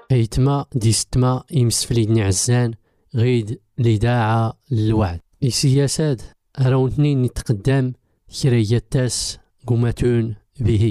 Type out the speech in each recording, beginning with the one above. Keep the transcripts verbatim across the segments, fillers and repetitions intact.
هيتما دي ستما يمسفليدني عزان غيد لداعة الوعد السياسات راون اثنين نتقدم كرية تاس قومتون به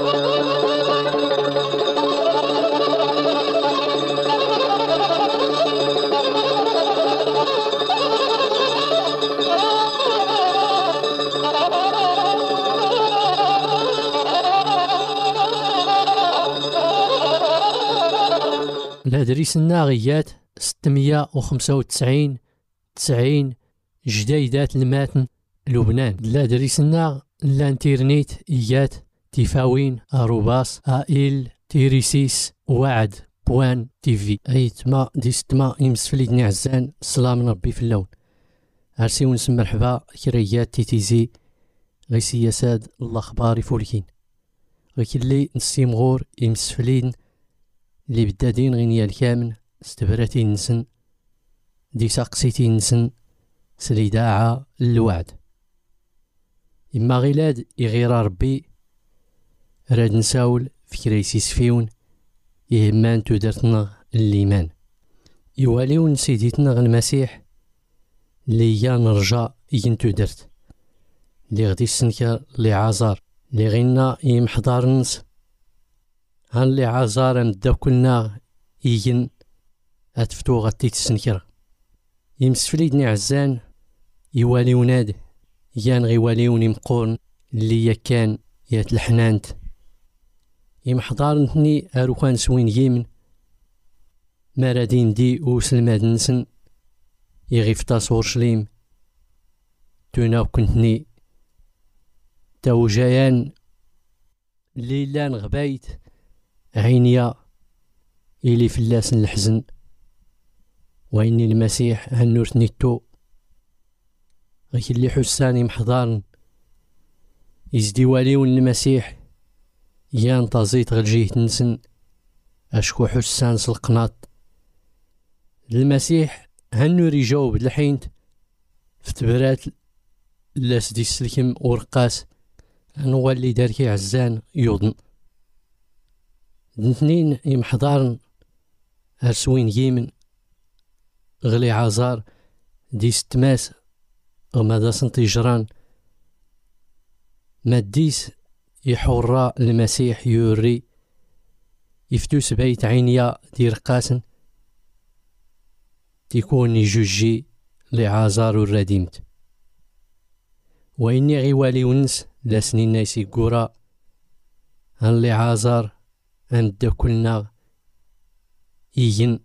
الهدريس الناغيات ستمية وخمسة وتسعين تسعين جديدات الماتن لبنان. الهدريس الناغ الانترنت إيات تفاوين أروباس آئل تيريسيس وعد بوان تيفي. أيتما دي ستما يمسفليدني عزان السلام ربي في اللون عرسي ونسم مرحبا كريات تيتيزي غي سياساد الأخبار فولكين غيكلي نسيمغور يمسفلين اللي بدادين غينيا الكامن استبراتي نسن دي ساقسيتي نسن سليداعة الوعد إما غيلاد يغير ربي راد نساول في كريسيس فيون يهمان تودرتنا الليمان يواليون سيديتنا المسيح اللي يا نرجع ينتو درت اللي غدي السنكر اللي عازار اللي غينا يمحضار نس هان اللي عازار مدا كلنا يجن اتفتو غطيت السنكر يمسفليدني عزان يوالي وناد يان غيواليوني مقورن اللي يكان يات الحنانت يمحضارنتني اروخان سوين يمن مارادين دي وسلماد نسن يغيفتا صورشليم تونا كنتني تاو جايان ليلان غبايت عينيا إلي فلاس الحزن وإني المسيح هنورت نيتو غيك اللي حساني محضارن يزدي واليون المسيح يان تازيت غلجيه نسن أشكو حسان سلقناط المسيح هنور يجاوب الحين فتبرات لاس دي السلكم ورقاس نولي داركي عزان يوضن الاثنين يمحضارن هرسوين يمن غلي عازار دي ستماس وماذا سنتي جران ماديس يحورا المسيح يوري يفتوس بيت عينيا دير قاسن تيكون يجوجي لعازار الرديمت وإني غيوالي ونس لسنين نايسي قورا هن لعازار أمدا كلنا يجن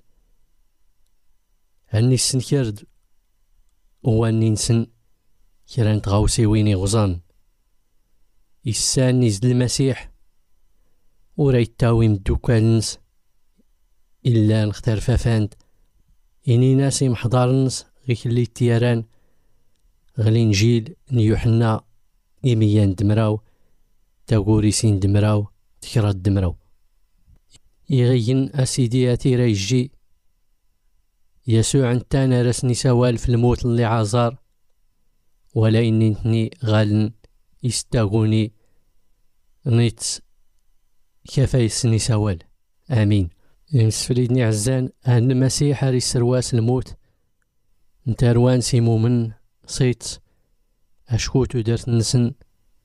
هني السنكرد واني نسن كران تغاوسي ويني غزان يساني زد المسيح وريتاوي مدوكالنس إلا نختار فافاند إني ناسي محضارنس غيك اللي تياران غلي نجيل نيوحنا إميان دمراو تاقوري سين دمراو تكراد دمراو يغين أسيدياتي ريجي يسوع انتانا رسني سوال في الموت اللي عازار ولا إني نتني غالن يستاغوني نيتس كفايسني سوال آمين. يمسفليدني عزان أهل المسيح هاري سرواس الموت نتاروان سيمو من صيت أشكوتو درت نسن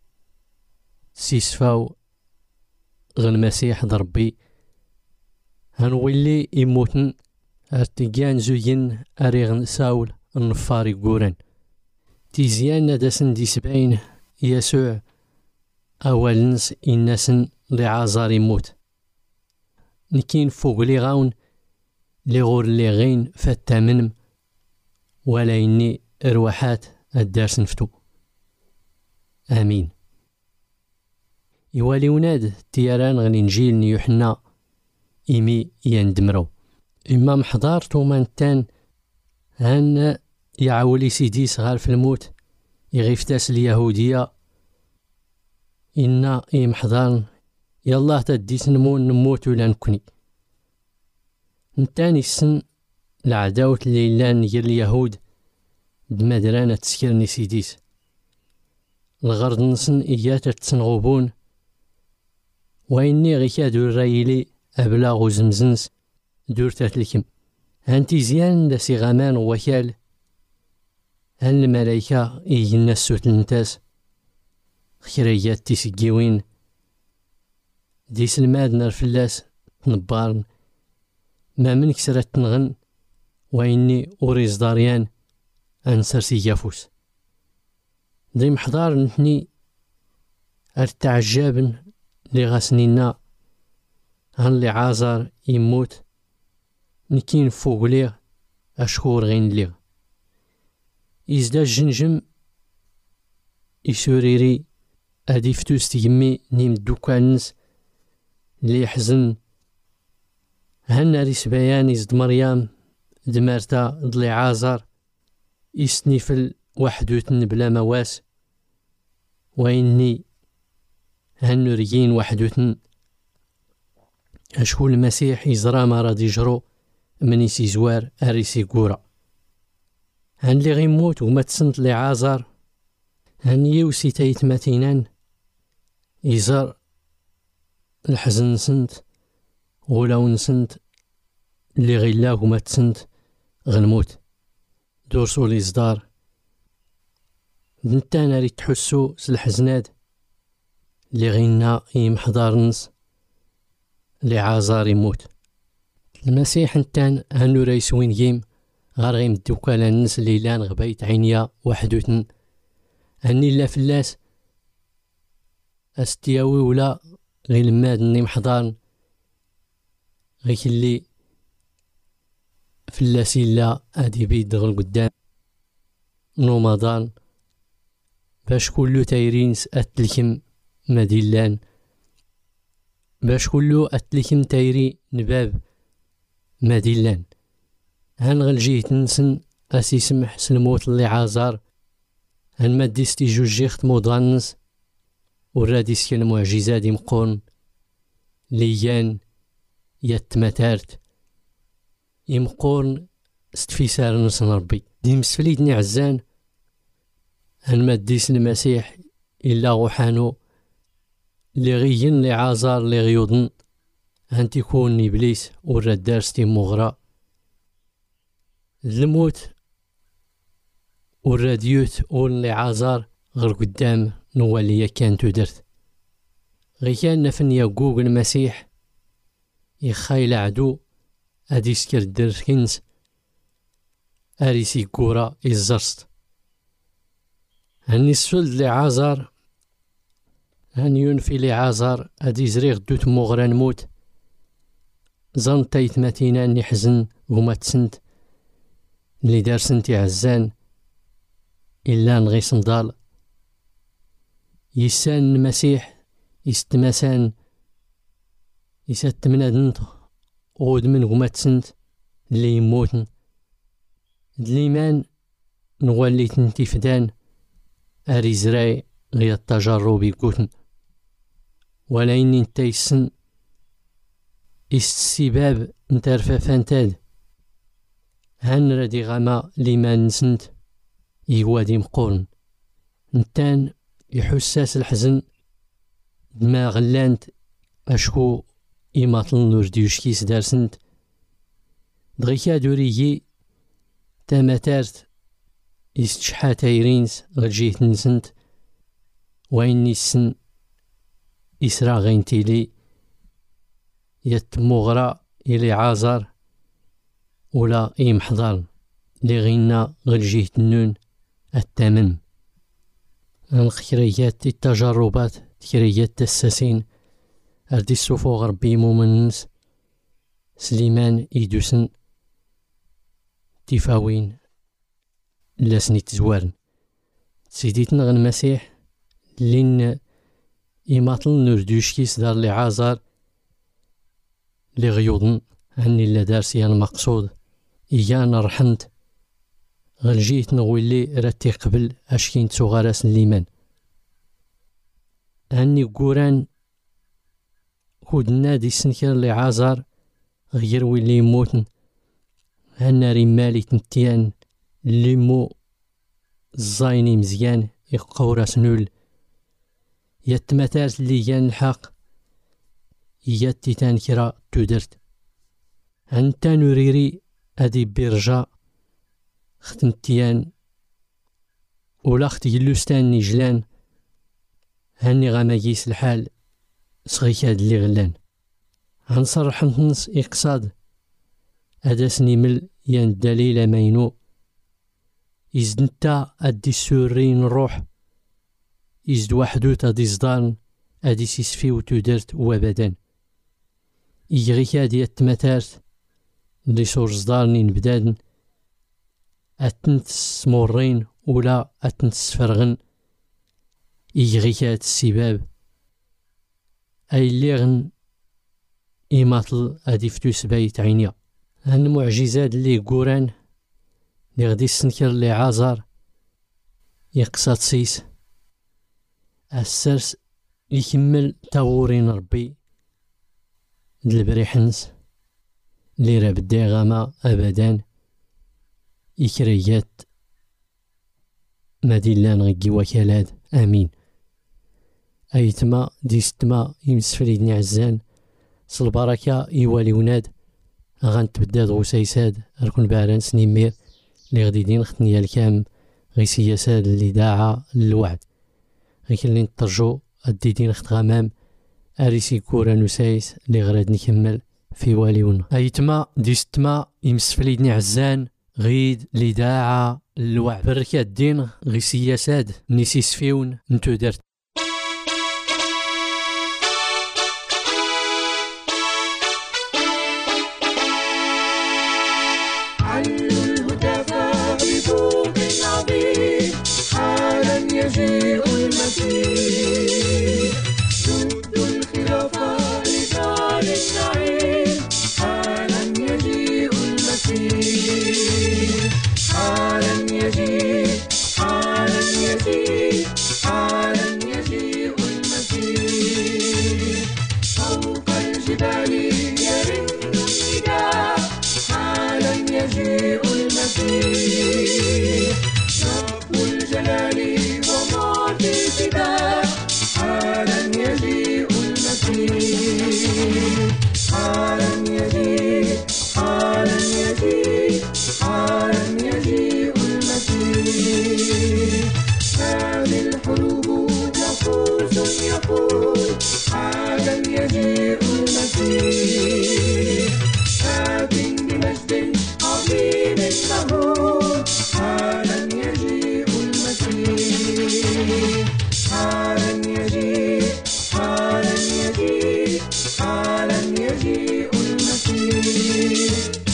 سيسفاو غن المسيح ضربي هنولي يموتن ارتقان زوين أريغن ساول النفاري قورن تيزيان ندسن دي سبعين يسوع أول نس إنسن لعازار يموت نكين فوق لي غاون لي غور لي غين فالتامنم ولا إني إرواحات الدارس نفتو آمين. يوالي وناد تياران غني نجيل نيوحنا إيمي يندمرو إما محضار تومانتان هان يعولي سيدي صغار في الموت يغيفتاس اليهودية إنا إي محضار يالله تديس نمون نموت ولا نكني نتاني السن العداوة الليلان يا اليهود بمدرانة تسكرني سيديس الغرض نسن إياتا تسنغوبون وإني غيكادو الرايلي أبلاغ زمزنس دورتات الكم هانتي زيان لسي غامان وكال هان الملايكة إيجنا السوت النتاس خيريات تيسجيوين دي سلماد نار فلاس نبارن ما من كسرت تنغن وإني أوريز داريان أنسر سيجافوس دي محضار نتني ارتعجابن لي غاسنينا هان لي عازر يموت نكين فوق ليغ أشكور غين ليغ إزدا الجنجم إسوريري أدي فتوس تيمي نيم دوكانس لي حزن هن ريس بيان إزد مريم دمارتا دلي عازر إسنيفل وحدوتن بلا مواس وإني هن ريين وحدوتن أشكو المسيح يزرى ما راد يجرو من يسي زوار أريسي قورا هن لي غيموت وما تسنت لي عازر هن يوسي تيتماتينان يزر الحزن سنت غلاو نسنت اللي غيلاه وما تسنت غنموت دورسو لي صدار نتانا ريت تحسو سالحزناد اللي غينا يمحضارنس اللي عازار يموت المسيح نتان هنو ريسوين جيم غار غيمدو كالا الناس اللي لان غبيت عينيا وحدوتن هني لا فلاس استياوي ولا غي الماد ني محضارن غي كلي فلاسي لا ادي بيد غل قدام نومضان باش كلو تايرينس اتلكم مديلان باش كلو اتلكم تايري نباب مديلان هان غلجيت نسن اسي سمح سلموت اللي عازار هان ما ديستي جوجيخت مودانس وراديس كان معجزات يمقون ليان يتمتارت يمقون استفيسار نسن ربي دي مسفليتني عزان هان ما ديس المسيح إلا غوحانو لي غيين لي عازار لي غيوضن هان تيكون إبليس وراد دارستي مغرى الموت والراديوت اول لي عازار غير قدام نواليا كانت درت غي كان نفن يقوق المسيح يخايل عدو ادي سكر دركنس اريسي كورا الزرست هني السولد لي عازار هن ينفي لي عازار ادي زريغ دوت مغران موت زن تايت ماتينا نحزن وما تسنت اللي دار سنتي عزان إلا نغي صندال يسان المسيح يستمسان يسات منادنت غود من وما تسنت اللي يموتن دليمان نولي تنتي فدان اري زراي غير التجرب يكوتن ولا إني نتا يسن السباب نترفا فانتاد هان ردي غاما لما نسنت يوادي مقورن نتان يحساس الحزن دما غلانت اشكو إيماطل نورديوشكيس دارسنت دغيكا دوريجي تاماتارت يستشحا تايرينس غجيت نسنت وإني السن إسرا غينتيلي يتمغرى إلي عازر ولا إيمحضر لي غينا غلجيت النون التمم الخيريات التجربات تكريات تساسين أردي السوفو غربي مومنس سليمان إيدوسن تيفاوين لاسني تزوارن سيديتنا غن المسيح لين إيماطل نردوشكيس دار لي عازر لي غيوضن هني لا دارسي المقصود إيانا رحمت غلجيت نغولي راتي قبل أشكين تسوغاراس الليمان هني قوران كود نادي سنكر لي عازر غير ويلي يموتن هنا رمالي تنتيان اللي مو الزايني مزيان يقوراس نول يتمتارت اللي جان الحق ياتي تانكرا تودرت هانتا نوريري ادي بيرجا ختنتيان ولا خت يلوستان نجلان هاني غاماكيس الحال صغيك هاد اللي غلان هنصرح نص اقصاد اداسني مل يان الدليل ماينو يزدنتا ادي السورين الروح يزد وحدو تادي زدان ادي سيسفي وتودرت وابدا يغيك ادي التماتارت اللي صور زدارني نبدادن اتنت سمورين ولا اتنت سفرغن يغيك اد السباب اي الليغن إيماطل ادي فتوس بايت عينيا هان معجزات اللي قوران اللي غدي السنكر اللي عازر يقصاد سيس السرس يكمل تاورين ربي دالبريحنس اللي راه بدي غاما ابدا يكريات مدينان غيكي وكالات امين ايتما ديستما يمسفريدني عزان صلبركة يوالي وناد غنتبداد غسيساد ركن باران سنيمير اللي غدي دين ختنيا الكام غي سياسات اللي داعا للوعد غيك اللي نترجو ادي دين خت غمام اريسي كورا نسايس اللي غراد نكمل في واليون ايتما ديستما يمسفليدني عزان غيد اللي داعا للوعد بركة الدين غي سياسات نيسيس فيون نتو درت يجيء المسيح سد الخلافة لدار النعيم حالا يجيء المسيح حالا يجيء حالا يجيء حالا يجيء المسيح فوق الجبال يرن النداء حالا يجيء المسيح رب الجلال حالا يجيء المسيح حالا يجيء حالا يجيء حالا يجيء المسيح هذه الحروب نفوس يقول حالا يجيء المسيح آت بمجد عظيم مهول حالا يجيء المسيح حالا يجيء حالا يجيء حالا يجيء المسيح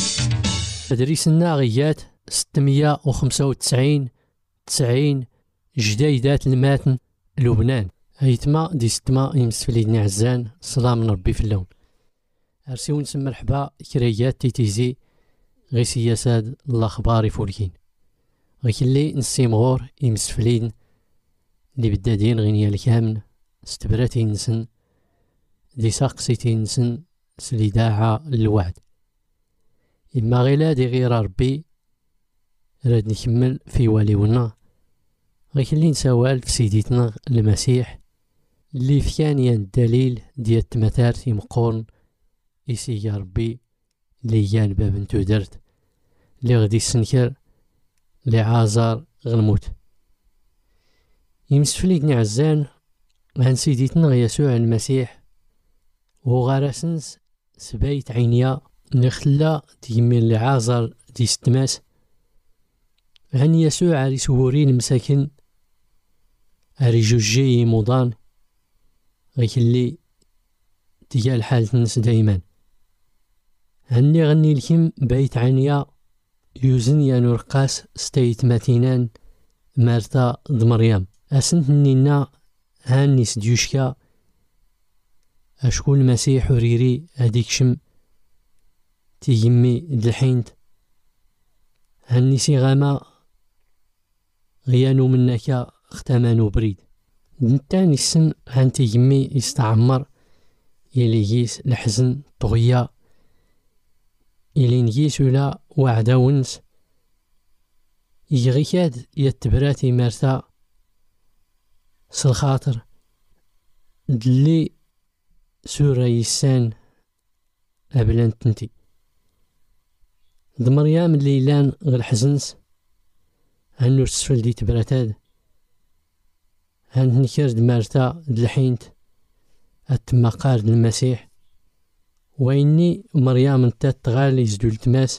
تدريس الناغيات ستمية وخمسة وتسعين تسعين جديدات الماتن لبنان ايتما دي ستما يمسفليدني عزان صلاة من ربي في اللون ارسيو نسمى مرحبا كريات تيتيزي غي سياسات الاخبار فولكين غي اللي نسيمغور يمسفليدن اللي بدادين غينيا الكامن استبراتي نسن دي ساقسيتي نسن سلي داعا للوعد إما غيلا دي غير ربي راد نكمل في واليونا غيك اللي نسوال في سيديتنا المسيح اللي فكان الدليل ديال التمثال يمقورن إسي يا ربي اللي يان باب نتو درت اللي غدي السنكر اللي عازر غنموت يمسفليدني عزان عن سيديتنا يسوع المسيح وغارسنس سبايت عينيا نخلا تيمين اللي عازر دي ستماس عن يسوع عري سهورين مساكن عري جوجي مضان غيك اللي تيال حالة الناس دايما هني غني لكم بايت عنيا يوزن يا نورقاس ستيت ماتينان مارتا دمريم أسنت نينا هاني سديوشكا أشكو المسيح وريري هاديك شم تيجمي دلحينت هاني سيغاما غيانو منك اختمانو بريد نتاني السن هان تيجمي يستعمر يليجيس الحزن طغيا يلي نجيس ولا وعدا ونس يغيكاد يتبراتي مرتا سالخاطر دلي سورة يسان أبلان تنتي د مريم اللي لان غير حزنس هنو تسفل دي تبرتاد هان نكر دمارتا دلحينت أتما قارد المسيح وإني مريم انت تغالي يزدو التماس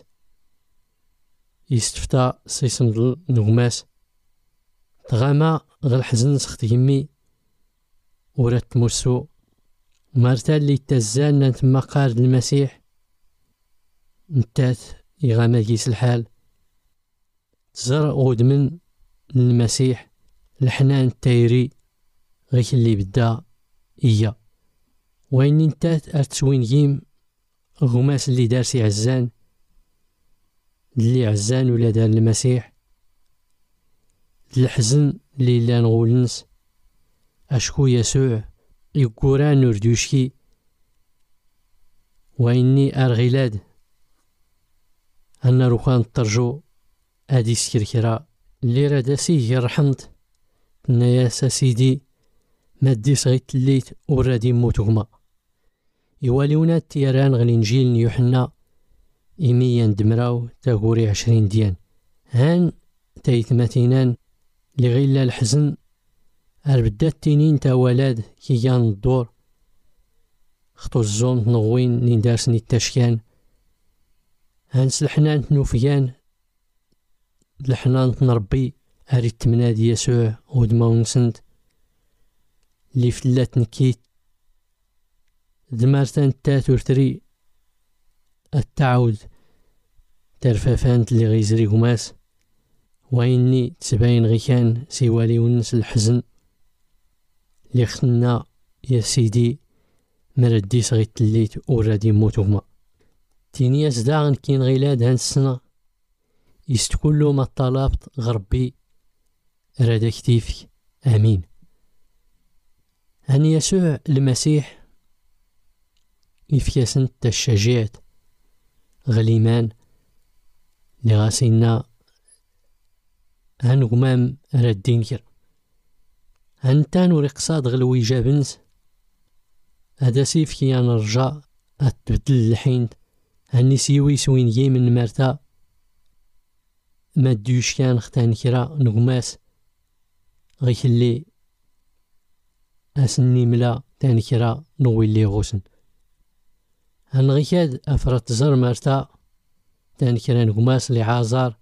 يستفتا سيسمدل نغماس تغاما غير حزن سخت يمي ورات مرسو مارتا اللي تزالنا تما قارد المسيح نتات يغاما كيس الحال تزرع غودمن المسيح الحنان التايري غيك اللي بدا إيا وين نتات أرتسوين جيم غماس اللي دارسي عزان اللي عزان ولا دار المسيح الحزن اللي لا نغولنس أشكو يسوع يقوران نردوشكي وإني أرغلاد أنا روخان ترجو أدي سكركرا اللي رادسيه يرحمت نيا سيدي ما ديس غيت الليت ورادي موتوهما يواليونا تيران غالينجيل يوحنا إيميا دمراو تاغوري عشرين ديان هان تايتماتينان اللي غيلا الحزن أربدات تينين تا ولاد كي كان الدور خطو الزوم تنغوين نين دارسني التاشكان هان سلحنان تنوفيان الحنان تنربي هاري التمنادي يسوع ودماون سنت اللي فلات نكيت دمارتان تاتور تري التعود ترفافانت اللي غيزري غماس وإني تباين غيكان سيوالي ونس الحزن اللي خلنا يا سيدي مردي صغيت الليت ورادي موتوهما تيني أزداغن كين غيلاد هان السنة يستكلو ما طلبت غربي رادا كتيفك آمين. هان يسوع المسيح يفياسن تشجيعت غليمان لغاسينا هان غمام رادين كر هان تانو رقصاد غلوي جابنس هذا سيف كي انا رجع اتبدل الحين هاني سيوي سوين جي من مرتا ما دوش كان ختان كرا نغماس غيك اللي اسني ملا تاني كرا نوي اللي غوسن هان غيكاد افرت زر مرتا تاني كرا نغماس اللي عازار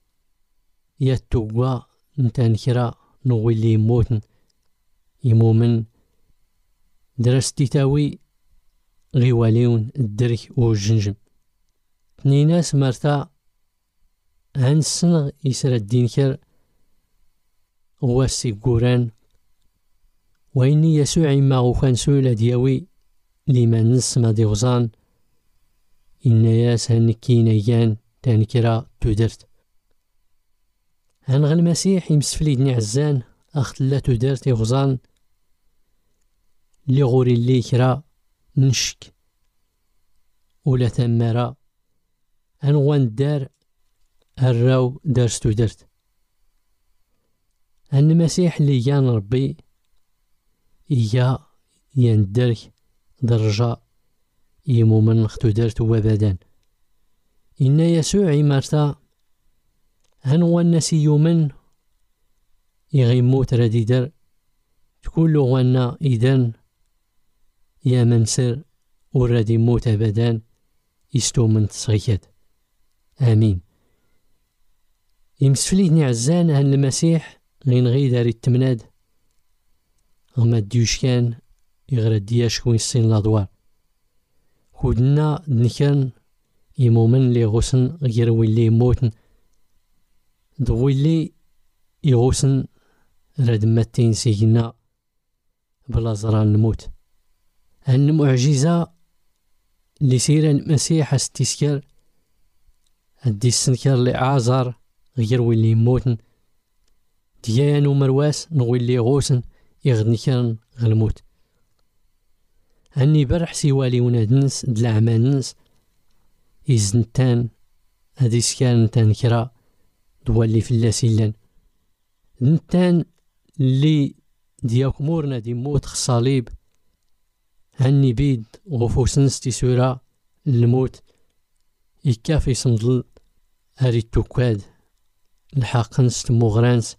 يتوقع نتاني كرا نوي اللي يموتن يمومن درستي تاوي غيواليون الدرك والجنجم تنيناس مرتا هان السنغ يسرى الدين كر واسي قوران وإني يسوع ما غوخان سولة دياوي لما نسمى دي غزان إن ياس هنكين أيان تانكرا تودرت هان غالمسيح يمسفلي دني عزان أخت لا تودرت غزان لغوري اللي كرا نشك ولا ثمرا أنوان دار الراو دارستو درت أن المسيح اللي كان ربي إيا يندرك درجة يمو من اختو درت وبدان إن يسوع مرتا أنوان نسي يومن يغيموت ردي در تكون لغوانا إذن يا منسر وردي موت أبدا يستو من تصغيكات آمين. يمسفليني عزان هان المسيح غين غي داري التمناد غما ديوش كان يغرد دياش كون يسين الأدوار خودنا دنكان يمومن لي غوسن غير ويلي يموتن دويلي يغوسن راد ماتين سيجنا بلا زران نموت. هان المعجزة اللي سيرا المسيح استسكر هدي السنكر اللي عازر غير ويلي يموتن ديان ومرواس نويلي غوسن يغدني كان غلموت. هاني برح سيوالي ونادنس دلعماننس يزنتان هادي سكان نتان كرا دوالي في اللاسيلان نتان اللي دياك مورنا دي موت خصاليب هاني بيد غفوسنس تيسورا الموت يكافي صندل أريد توكاد الحاقنس تموغرانس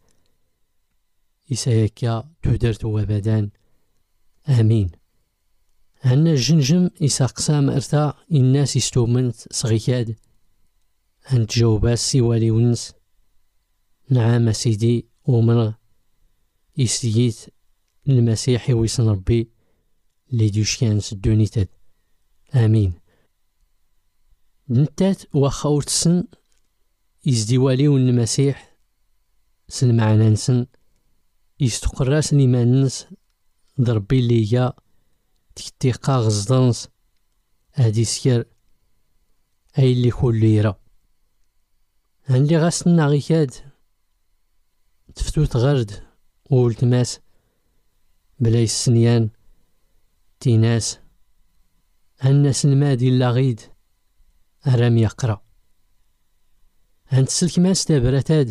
إسايكا تودرت وبدان آمين. هنا الجنجم إساقسام إرتا الناس يستومنت صغيكاد أنت جاوباس سيوالي ونس نعم سيدي ومن يسيت المسيحي ويسن ربي اللي دوشكان سدوني تد آمين. نتات وخاوت سن يزديوالي ون المسيح سن معنا نسن يستقراس لما ننس ضربي اللي تكتيقا غزدانس هادي سكر أي اللي كل ليرة هنلي غاسنا غيكاد تفتوت غرد والتماس بلا السنيان تيناس هالناس المادي اللاغيد أرام يقرأ هانت سلك ماس تابرتاد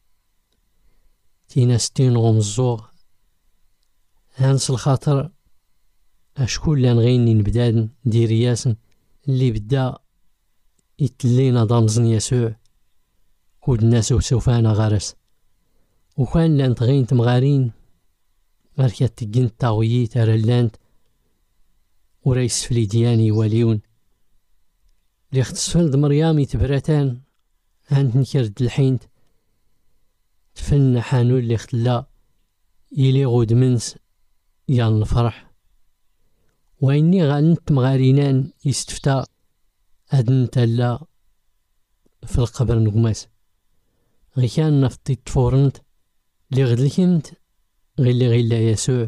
تيناس تين غمزوغ هانس الخاطر أشكون لان غيني نبداد دير ياسن اللي بدا يتلينا ضامزن يسوع كود الناس وسوفانا غارس وكان لان تغين تمغارين ماركات تقين تاوييت أرلانت وريس فليدياني واليون اللي اختصفلد مريم يتبرتان هانت نكرد الحين تفن حانو اللي اختلا يلي غود منس يان الفرح وإني غانت مغارينان يستفتا أدن تلا في القبر نقماس غي كان نفطي تفورنت اللي غدلكنت غي اللي غي لا يسوع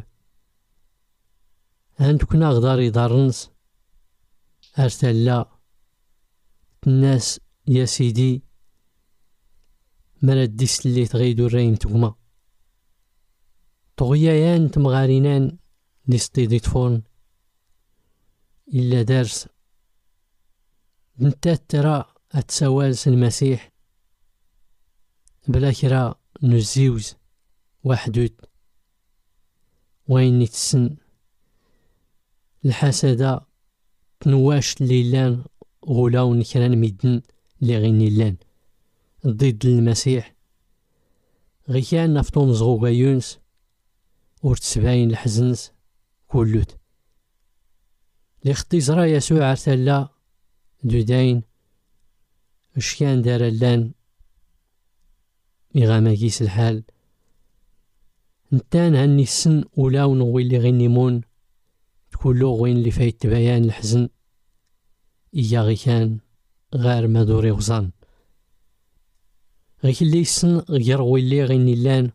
هانت كنا غداري دارنس أرسلا الناس يا سيدي مرد ديس اللي تغيدو الرين تقما طغيان تمغارينان نستيدي تفورن إلا دارس نتات ترى أتسوالس المسيح بلا كرا نزيوز وحدود وين نتسن الحسدة تنواش الليلان غولاو نكران ميدن اللي غيني اللان ضد المسيح غي كان نفتون زغوغا يونس ورتسباين الحزنس كلوت اللي خطي زرا يسوع عرتلا دوداين اش كان دار اللان يغاماكيس الحال نتان هني السن ولاو نغوي اللي غينيمون تكولو غوين اللي فايت تبايان الحزن إيا غي كان غير ما دوري غزان غي اللي السن غير غوي اللي غيني اللان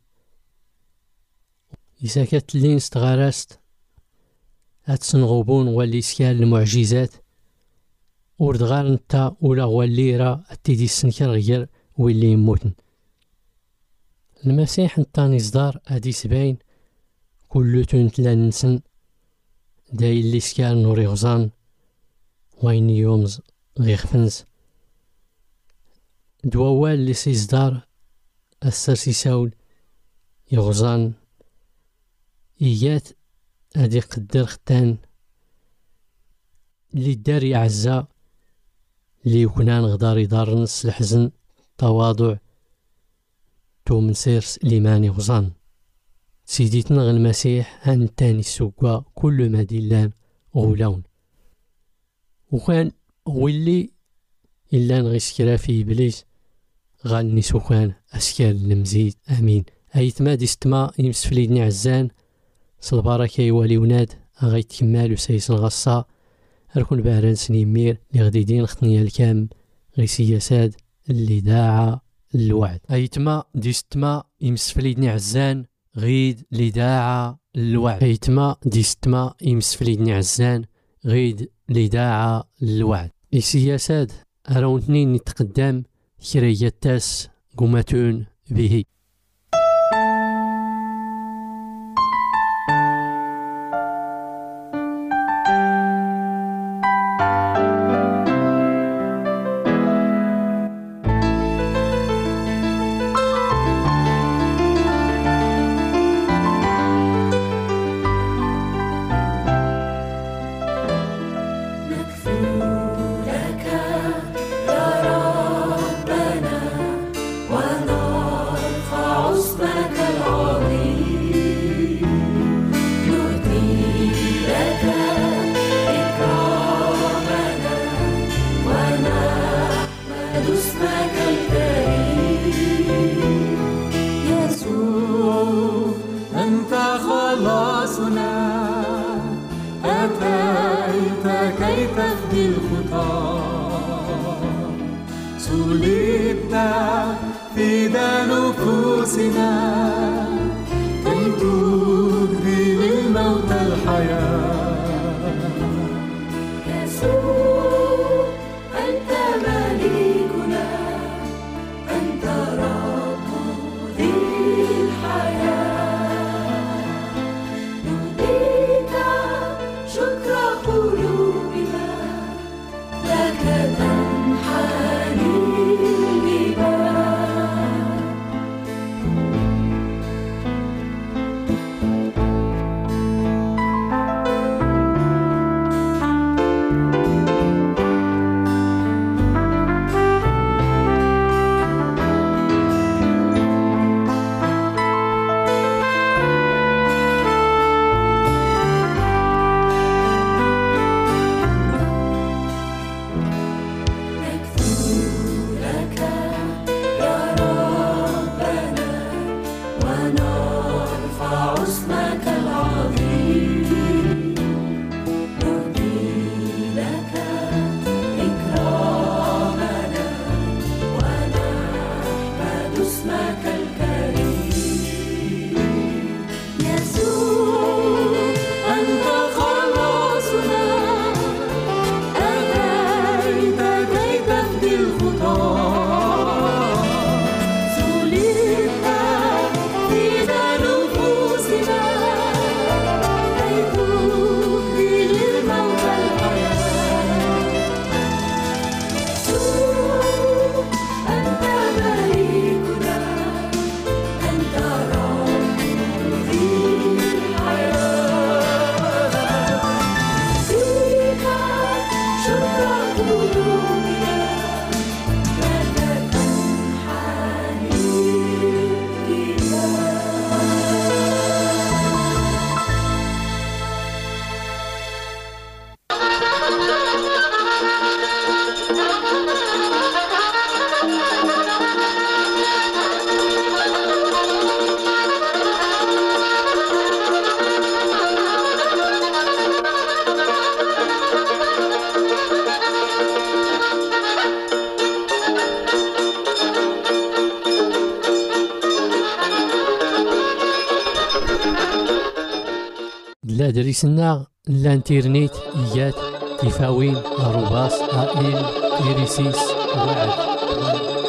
إذا كانت اللين استغارست هاتسن غوبون واللي سكال المعجزات ورد غار نتا ولا غوالي راه اتيدي السنكر غير واللي يموتن المسيح نتاني صدار هادي سباين كلو تونتلا نسن داي اللي سكال نوري غزان وين يومز غي خفنز دواوال اللي سيصدار السر سيساول يغزان إيات هادي قدر ختان اللي دار يعزا اللي يكونان غدار يدار نص الحزن تواضع تو من سيرس ليماني غزان سيدي تنغ المسيح هان تاني السوقا كل ما ديلان غولون وكان واللي إلا نغي سكرا في إبليس غالني سوكان أسكال المزيد آمين. أيت ما ديستما يمس فليدني عزان صلباركا يوالي وناد أغايت كمال وسيسن غصا أركون باران سنيمير لغديدين خطنيا الكام غي سياساد اللي داعا الوعد. أيت ما ديستما يمس فليدني عزان غيد اللي داعا الوعد. أيت ما ديستما يمس فليدني عزان غيد اللي داعا الوعد. السياسات أراون اثنين نتقدم كرية تاس قمتون به. نكثو لك يا ربنا نحمد اسمك الكريم يسوع أنت خلاصنا أتيت كي تفدي الخطاة صلبت فداء نفوسنا كي تهدي للموت الحياة يسوع أنت ملكنا أنت رب ذي الحياة نهديك شكر قلوبنا لك تنحني الجبال لا دريسنا الانترنت إيات تفاوين أروباس آئل إيريسيس وعد